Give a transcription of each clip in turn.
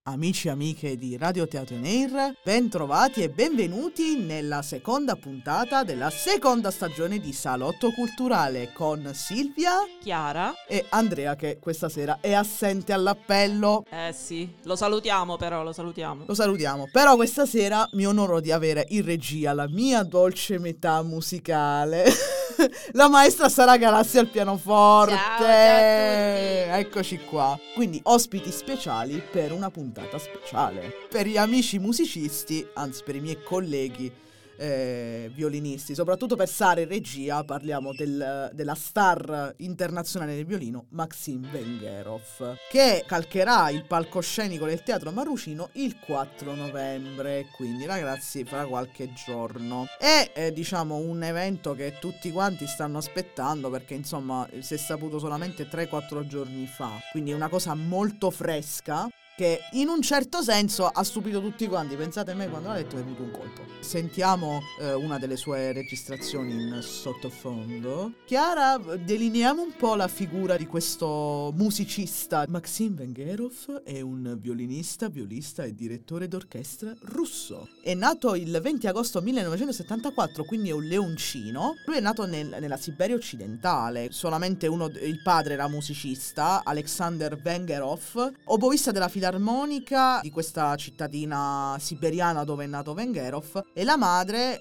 Amici e amiche di Radio Teatro in Air, ben trovati e benvenuti nella seconda puntata della seconda stagione di Salotto Culturale con Silvia, Chiara e Andrea, che questa sera è assente all'appello. sì, lo salutiamo. Lo salutiamo, però questa sera mi onoro di avere in regia la mia dolce metà musicale, la maestra Sara Galassi al pianoforte. Ciao a tutti. Eccoci qua. Quindi ospiti speciali per una puntata speciale. Per gli amici musicisti, anzi per i miei colleghi violinisti, soprattutto per Sara in regia, parliamo della star internazionale del violino Maksim Vengerov, che calcherà il palcoscenico del Teatro Marrucino il 4 novembre, quindi ragazzi fra qualche giorno. È diciamo un evento che tutti quanti stanno aspettando, perché insomma si è saputo solamente 3-4 giorni fa, quindi è una cosa molto fresca che in un certo senso ha stupito tutti quanti. Pensate a me, quando l'ha detto è venuto un colpo. Sentiamo una delle sue registrazioni in sottofondo. Chiara, delineiamo un po' la figura di questo musicista. Maksim Vengerov è un violinista, violista e direttore d'orchestra russo. È nato il 20 agosto 1974, quindi è un leoncino. Lui è nato nella Siberia occidentale. Solamente il padre era musicista, Alexander Vengerov, oboista della filarmonica di questa cittadina siberiana dove è nato Vengerov, e la madre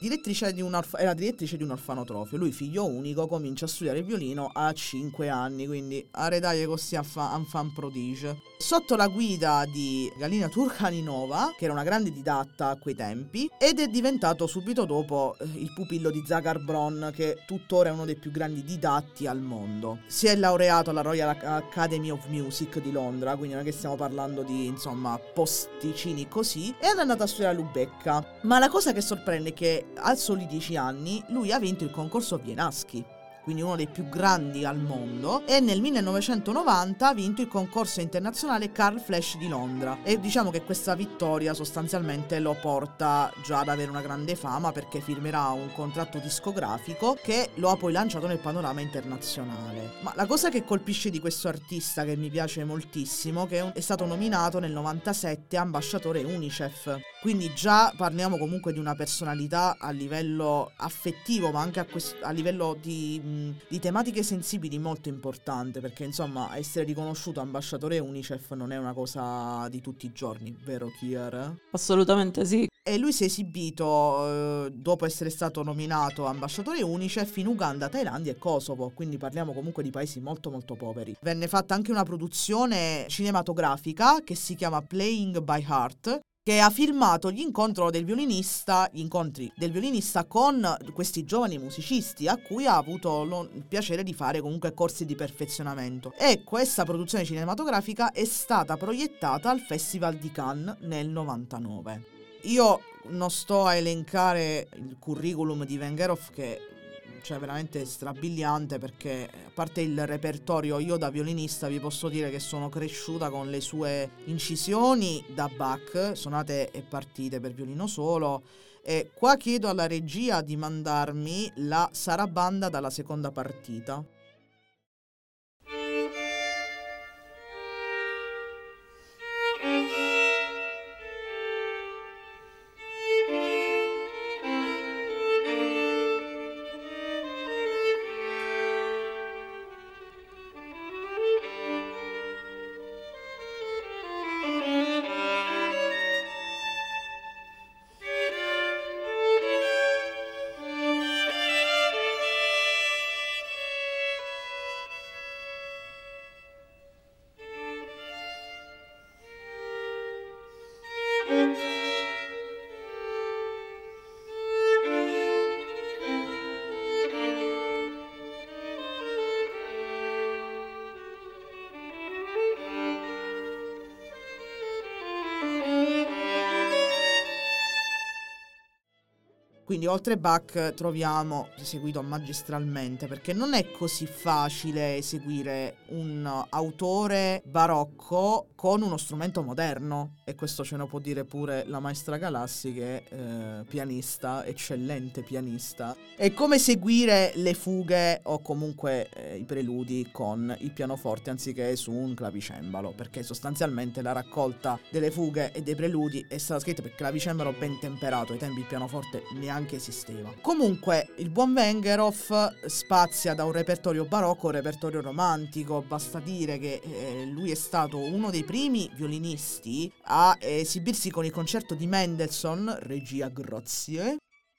era direttrice di un orfanotrofio. Lui, figlio unico, comincia a studiare il violino a 5 anni, quindi aredaglie così a fan prodige. Sotto la guida di Galina Turchaninova, che era una grande didatta a quei tempi, ed è diventato subito dopo il pupillo di Zagar Bron, che tuttora è uno dei più grandi didatti al mondo. Si è laureato alla Royal Academy of Music di Londra, quindi non è che stiamo parlando di insomma posticini così, e è andato a studiare a Lubecca. Ma la cosa che sorprende è che a soli 10 anni lui ha vinto il concorso Vienaschi, quindi uno dei più grandi al mondo, e nel 1990 ha vinto il concorso internazionale Carl Flesch di Londra, e diciamo che questa vittoria sostanzialmente lo porta già ad avere una grande fama, perché firmerà un contratto discografico che lo ha poi lanciato nel panorama internazionale. Ma la cosa che colpisce di questo artista, che mi piace moltissimo, che è stato nominato nel 97 ambasciatore UNICEF, quindi già parliamo comunque di una personalità a livello affettivo, ma anche a livello di tematiche sensibili molto importante, perché insomma essere riconosciuto ambasciatore UNICEF non è una cosa di tutti i giorni, vero Kier? Assolutamente sì. E lui si è esibito dopo essere stato nominato ambasciatore UNICEF in Uganda, Thailandia e Kosovo, quindi parliamo comunque di paesi molto molto poveri. Venne fatta anche una produzione cinematografica che si chiama Playing by Heart, che ha filmato gli incontri del violinista con questi giovani musicisti, a cui ha avuto il piacere di fare comunque corsi di perfezionamento. E questa produzione cinematografica è stata proiettata al Festival di Cannes nel 99. Io non sto a elencare il curriculum di Vengerov, che cioè veramente strabiliante, perché a parte il repertorio, io da violinista vi posso dire che sono cresciuta con le sue incisioni da Bach, sonate e partite per violino solo, e qua chiedo alla regia di mandarmi la sarabanda dalla seconda partita. Quindi oltre Bach troviamo eseguito magistralmente, perché non è così facile eseguire un autore barocco con uno strumento moderno, e questo ce lo può dire pure la maestra Galassi, che è pianista, eccellente pianista. È come eseguire le fughe o comunque i preludi con il pianoforte anziché su un clavicembalo, perché sostanzialmente la raccolta delle fughe e dei preludi è stata scritta per clavicembalo ben temperato, ai tempi il pianoforte neanche esisteva. Comunque il buon Vengerov spazia da un repertorio barocco a un repertorio romantico. Basta dire che lui è stato uno dei primi violinisti a esibirsi con il concerto di Mendelssohn, regia grazie.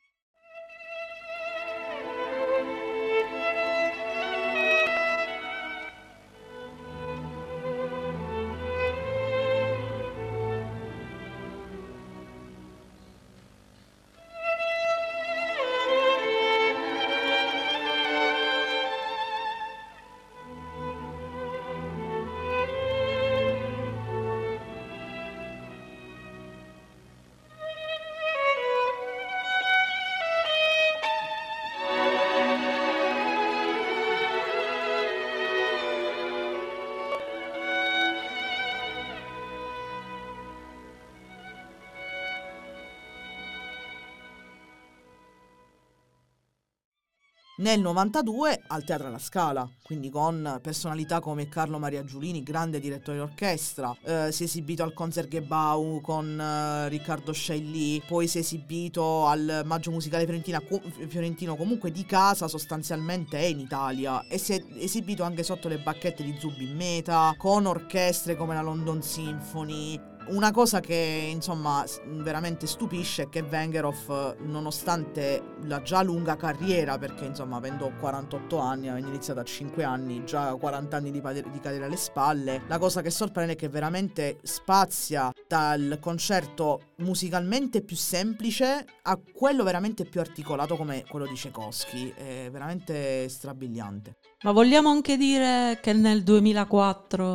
Nel 92 al Teatro alla Scala, quindi con personalità come Carlo Maria Giulini, grande direttore d'orchestra. Si è esibito al Concertgebouw con Riccardo Sciailly, poi si è esibito al Maggio Musicale Fiorentino, comunque di casa sostanzialmente è in Italia, e si è esibito anche sotto le bacchette di Zubin Mehta, con orchestre come la London Symphony. Una cosa che insomma veramente stupisce è che Vengerov, nonostante la già lunga carriera, perché insomma avendo 48 anni, avendo iniziato a 5 anni, già 40 anni di carriera alle spalle, la cosa che sorprende è che veramente spazia dal concerto musicalmente più semplice a quello veramente più articolato come quello di Tchaikovsky. È veramente strabiliante. Ma vogliamo anche dire che nel 2004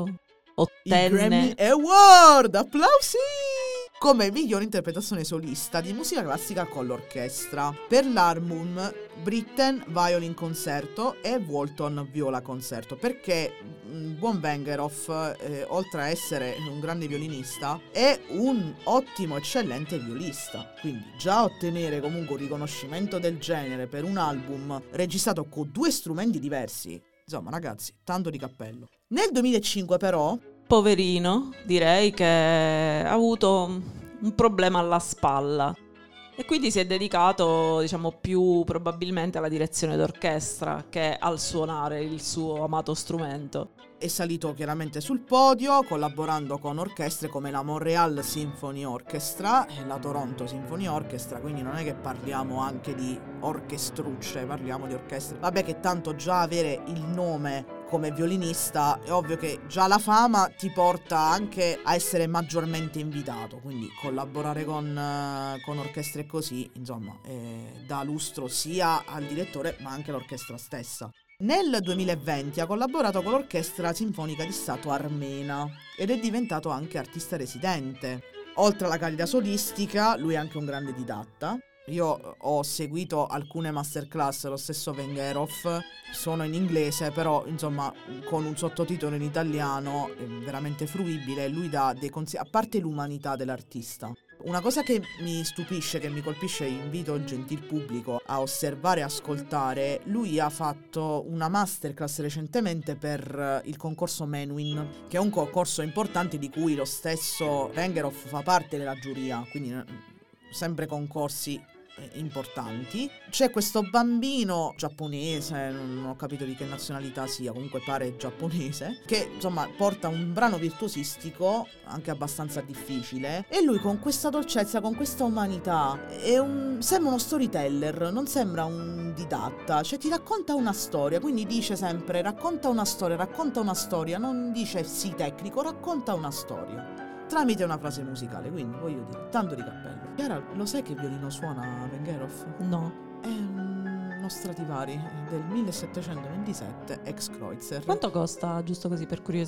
I Grammy ottenne Award, applausi! Come miglior interpretazione solista di musica classica con l'orchestra per l'album Britten Violin Concerto e Walton Viola Concerto, perché buon Vengerov, oltre a essere un grande violinista, è un ottimo, eccellente violista. Quindi già ottenere comunque un riconoscimento del genere per un album registrato con 2 strumenti diversi, insomma ragazzi, tanto di cappello. Nel 2005 però, poverino, direi che ha avuto un problema alla spalla e quindi si è dedicato, diciamo, più probabilmente alla direzione d'orchestra che al suonare il suo amato strumento. è salito chiaramente sul podio collaborando con orchestre come la Montreal Symphony Orchestra e la Toronto Symphony Orchestra, quindi non è che parliamo anche di orchestrucce, parliamo di orchestre. Vabbè che tanto già avere il nome come violinista è ovvio che già la fama ti porta anche a essere maggiormente invitato, quindi collaborare con orchestre così, insomma, dà lustro sia al direttore ma anche all'orchestra stessa. Nel 2020 ha collaborato con l'Orchestra Sinfonica di Stato Armena ed è diventato anche artista residente. Oltre alla carriera solistica, lui è anche un grande didatta. Io ho seguito alcune masterclass, lo stesso Vengerov, sono in inglese, però insomma con un sottotitolo in italiano veramente fruibile. Lui dà dei consigli, a parte l'umanità dell'artista. Una cosa che mi stupisce, che mi colpisce, invito il gentil pubblico a osservare e ascoltare, lui ha fatto una masterclass recentemente per il concorso Menuhin, che è un concorso importante di cui lo stesso Vengerov fa parte della giuria, quindi sempre concorsi importanti. C'è questo bambino giapponese, non ho capito di che nazionalità sia, comunque pare giapponese, che insomma porta un brano virtuosistico anche abbastanza difficile e lui con questa dolcezza, con questa umanità sembra uno storyteller, non sembra un didatta, cioè ti racconta una storia, quindi dice sempre racconta una storia, non dice sì tecnico, racconta una storia tramite una frase musicale, quindi voglio dire, tanto di cappello. Chiara, lo sai che violino suona Vengerov? No. È uno Stradivari del 1727 ex Kreutzer. Quanto costa, giusto così per curiosità?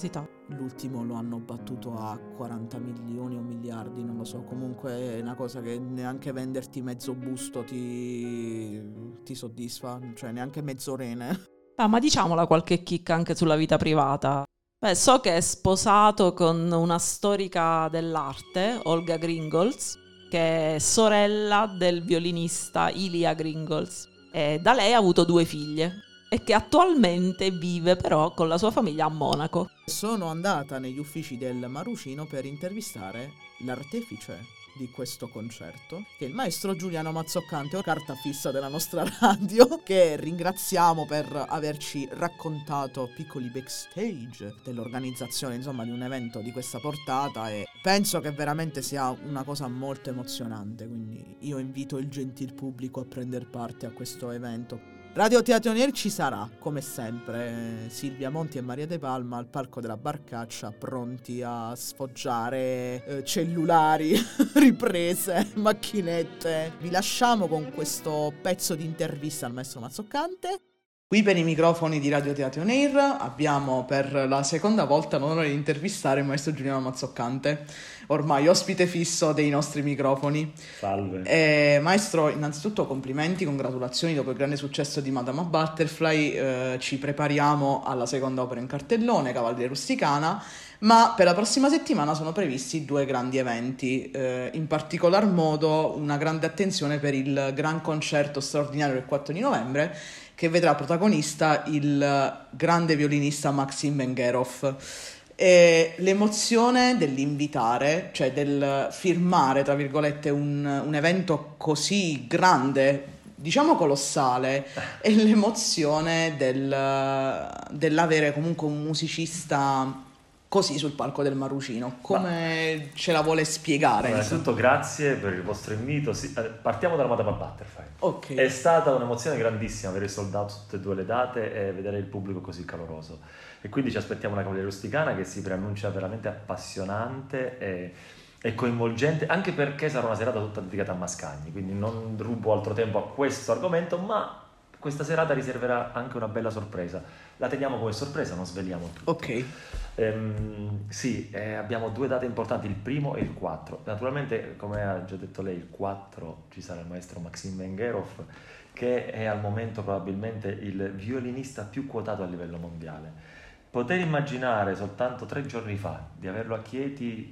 l'ultimo lo hanno battuto a 40 milioni o miliardi, non lo so, comunque è una cosa che neanche venderti mezzo busto ti soddisfa, cioè neanche mezzo rene. Ma diciamola qualche chicca anche sulla vita privata. Beh, so che è sposato con una storica dell'arte, Olga Gringolds, che è sorella del violinista Ilya Gringolds, e da lei ha avuto 2 figlie e che attualmente vive però con la sua famiglia a Monaco. Sono andata negli uffici del Marucino per intervistare l'artefice di questo concerto, che è il maestro Giuliano Mazzoccante, carta fissa della nostra radio, che ringraziamo per averci raccontato piccoli backstage dell'organizzazione, insomma, di un evento di questa portata, e penso che veramente sia una cosa molto emozionante, quindi io invito il gentil pubblico a prendere parte a questo evento. Radio Teatro Neri ci sarà, come sempre, Silvia Monti e Maria De Palma al palco della Barcaccia, pronti a sfoggiare cellulari, riprese, macchinette. Vi lasciamo con questo pezzo di intervista al maestro Mazzoccante. Qui per i microfoni di Radio Teatro Air abbiamo per la seconda volta l'onore di intervistare il maestro Giuliano Mazzoccante, ormai ospite fisso dei nostri microfoni. Salve. Maestro, innanzitutto complimenti, congratulazioni dopo il grande successo di Madama Butterfly. Ci prepariamo alla seconda opera in cartellone, Cavalleria Rusticana, ma per la prossima settimana sono previsti 2 grandi eventi, in particolar modo una grande attenzione per il gran concerto straordinario del 4 di novembre, che vedrà protagonista il grande violinista Maxim Vengerov. E l'emozione dell'invitare, cioè del firmare, tra virgolette, un evento così grande, diciamo colossale, e l'emozione dell'avere comunque un musicista così sul palco del Marucino. Come ce la vuole spiegare? Innanzitutto grazie per il vostro invito. Partiamo dalla Madama Butterfly. Okay. È stata un'emozione grandissima avere soldato tutte e 2 le date e vedere il pubblico così caloroso. E quindi ci aspettiamo una Cavalleria Rusticana che si preannuncia veramente appassionante e coinvolgente, anche perché sarà una serata tutta dedicata a Mascagni. Quindi non rubo altro tempo a questo argomento, ma questa serata riserverà anche una bella sorpresa. La teniamo come sorpresa, non sveliamo tutto. Ok. Sì, abbiamo 2 date importanti, il 1 e il 4. Naturalmente, come ha già detto lei, il 4 ci sarà il maestro Maxim Vengerov, che è al momento probabilmente il violinista più quotato a livello mondiale. Poter immaginare soltanto 3 giorni fa di averlo a Chieti,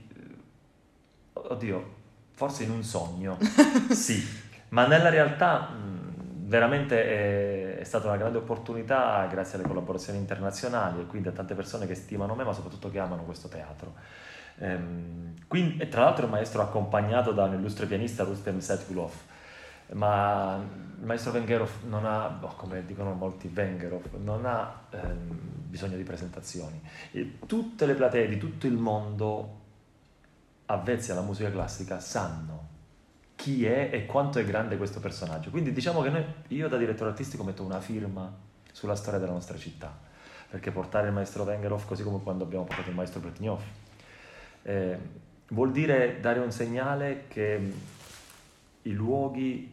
oddio, forse in un sogno, sì, ma nella realtà veramente è stata una grande opportunità grazie alle collaborazioni internazionali e quindi a tante persone che stimano me, ma soprattutto che amano questo teatro. Quindi, e tra l'altro il maestro accompagnato da un illustre pianista, Rustem Setgulov, ma il maestro Vengerov non ha, come dicono molti Vengerov, non ha bisogno di presentazioni. E tutte le platee di tutto il mondo avvezzi alla musica classica sanno chi è e quanto è grande questo personaggio. Quindi diciamo che io da direttore artistico metto una firma sulla storia della nostra città, perché portare il maestro Vengerov, così come quando abbiamo portato il maestro Pletnyov, vuol dire dare un segnale che i luoghi,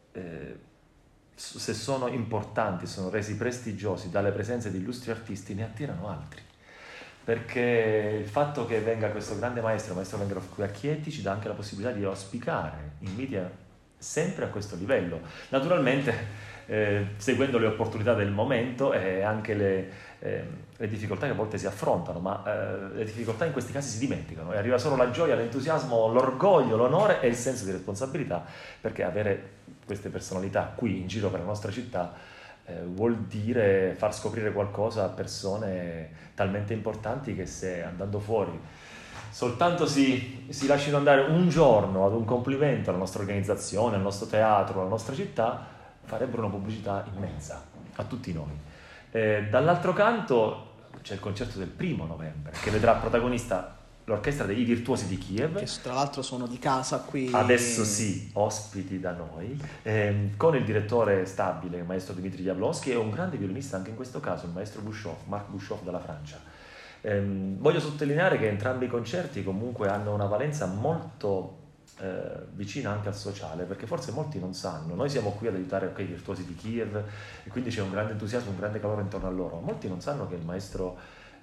se sono importanti, sono resi prestigiosi dalle presenze di illustri artisti, ne attirano altri. Perché il fatto che venga questo grande maestro, il maestro Vengerov qui a Chieti, ci dà anche la possibilità di ospitare in media sempre a questo livello. Naturalmente seguendo le opportunità del momento e anche le difficoltà che a volte si affrontano, ma le difficoltà in questi casi si dimenticano e arriva solo la gioia, l'entusiasmo, l'orgoglio, l'onore e il senso di responsabilità, perché avere queste personalità qui in giro per la nostra città vuol dire far scoprire qualcosa a persone talmente importanti che se andando fuori soltanto si lasciano andare un giorno ad un complimento alla nostra organizzazione, al nostro teatro, alla nostra città, farebbero una pubblicità immensa a tutti noi. Dall'altro canto c'è il concerto del 1 novembre che vedrà protagonista l'orchestra dei Virtuosi di Kiev, che tra l'altro sono di casa qui adesso sì, ospiti da noi, con il direttore stabile, il maestro Dmitry Jablonski, e un grande violinista anche in questo caso, il maestro Bushov, Marc Bushov dalla Francia. Voglio sottolineare che entrambi i concerti comunque hanno una valenza molto vicina anche al sociale, perché forse molti non sanno, noi siamo qui ad aiutare i Virtuosi di Kiev e quindi c'è un grande entusiasmo, un grande calore intorno a loro, molti non sanno che il maestro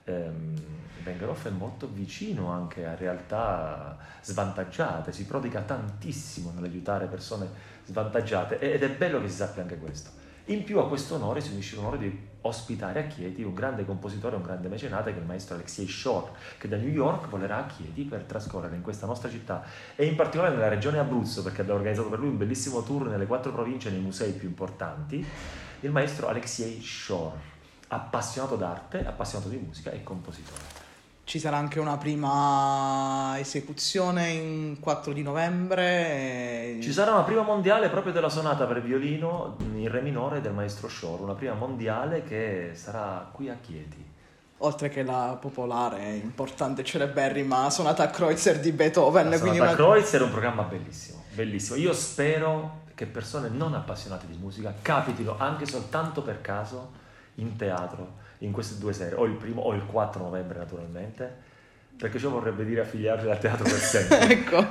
Wengerhoff è molto vicino anche a realtà svantaggiate, si prodiga tantissimo nell'aiutare persone svantaggiate ed è bello che si sappia anche questo. In più a questo onore si unisce l'onore di ospitare a Chieti un grande compositore, un grande mecenate che è il maestro Alexei Shore, che da New York volerà a Chieti per trascorrere in questa nostra città e in particolare nella regione Abruzzo, perché abbiamo organizzato per lui un bellissimo tour nelle 4 province, nei musei più importanti, il maestro Alexei Shore, appassionato d'arte, appassionato di musica e compositore. Ci sarà anche una prima esecuzione in 4 di novembre. Ci sarà una prima mondiale proprio della sonata per violino in re minore del maestro Shore, una prima mondiale che sarà qui a Chieti. Oltre che la popolare, importante, celeberrima sonata a Kreutzer di Beethoven. La sonata a Kreutzer è un programma bellissimo, bellissimo. Io spero che persone non appassionate di musica capitino anche soltanto per caso in teatro in queste 2 sere, o il 1° o il 4 novembre naturalmente, perché ciò vorrebbe dire affiliarsi al teatro per sempre. Ecco.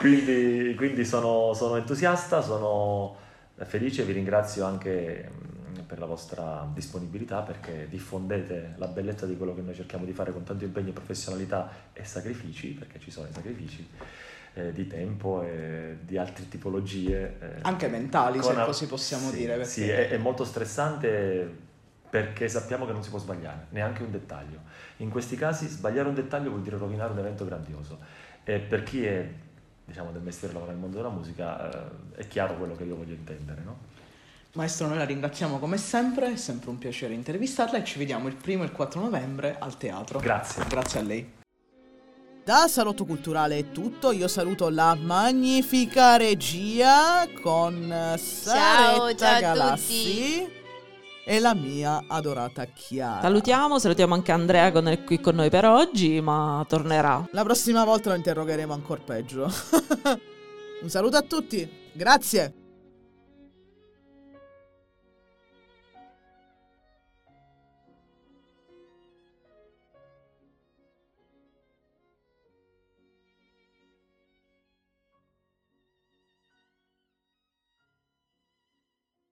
Quindi sono entusiasta, sono felice, vi ringrazio anche per la vostra disponibilità, perché diffondete la bellezza di quello che noi cerchiamo di fare con tanto impegno, professionalità e sacrifici, perché ci sono i sacrifici di tempo e di altre tipologie. Anche mentali, se così possiamo dire. Perché... Sì, è molto stressante, perché sappiamo che non si può sbagliare, neanche un dettaglio. In questi casi sbagliare un dettaglio vuol dire rovinare un evento grandioso. E per chi è, diciamo, del mestiere, lavora nel mondo della musica, è chiaro quello che io voglio intendere, no? Maestro, noi la ringraziamo come sempre, è sempre un piacere intervistarla e ci vediamo il 1° e il 4 novembre al teatro. Grazie. Grazie a lei. Da Salotto Culturale è tutto, io saluto la magnifica regia con Saretta Galassi e la mia adorata Chiara. Salutiamo anche Andrea che non è qui con noi per oggi, ma tornerà. La prossima volta lo interrogheremo ancora peggio. Un saluto a tutti, grazie!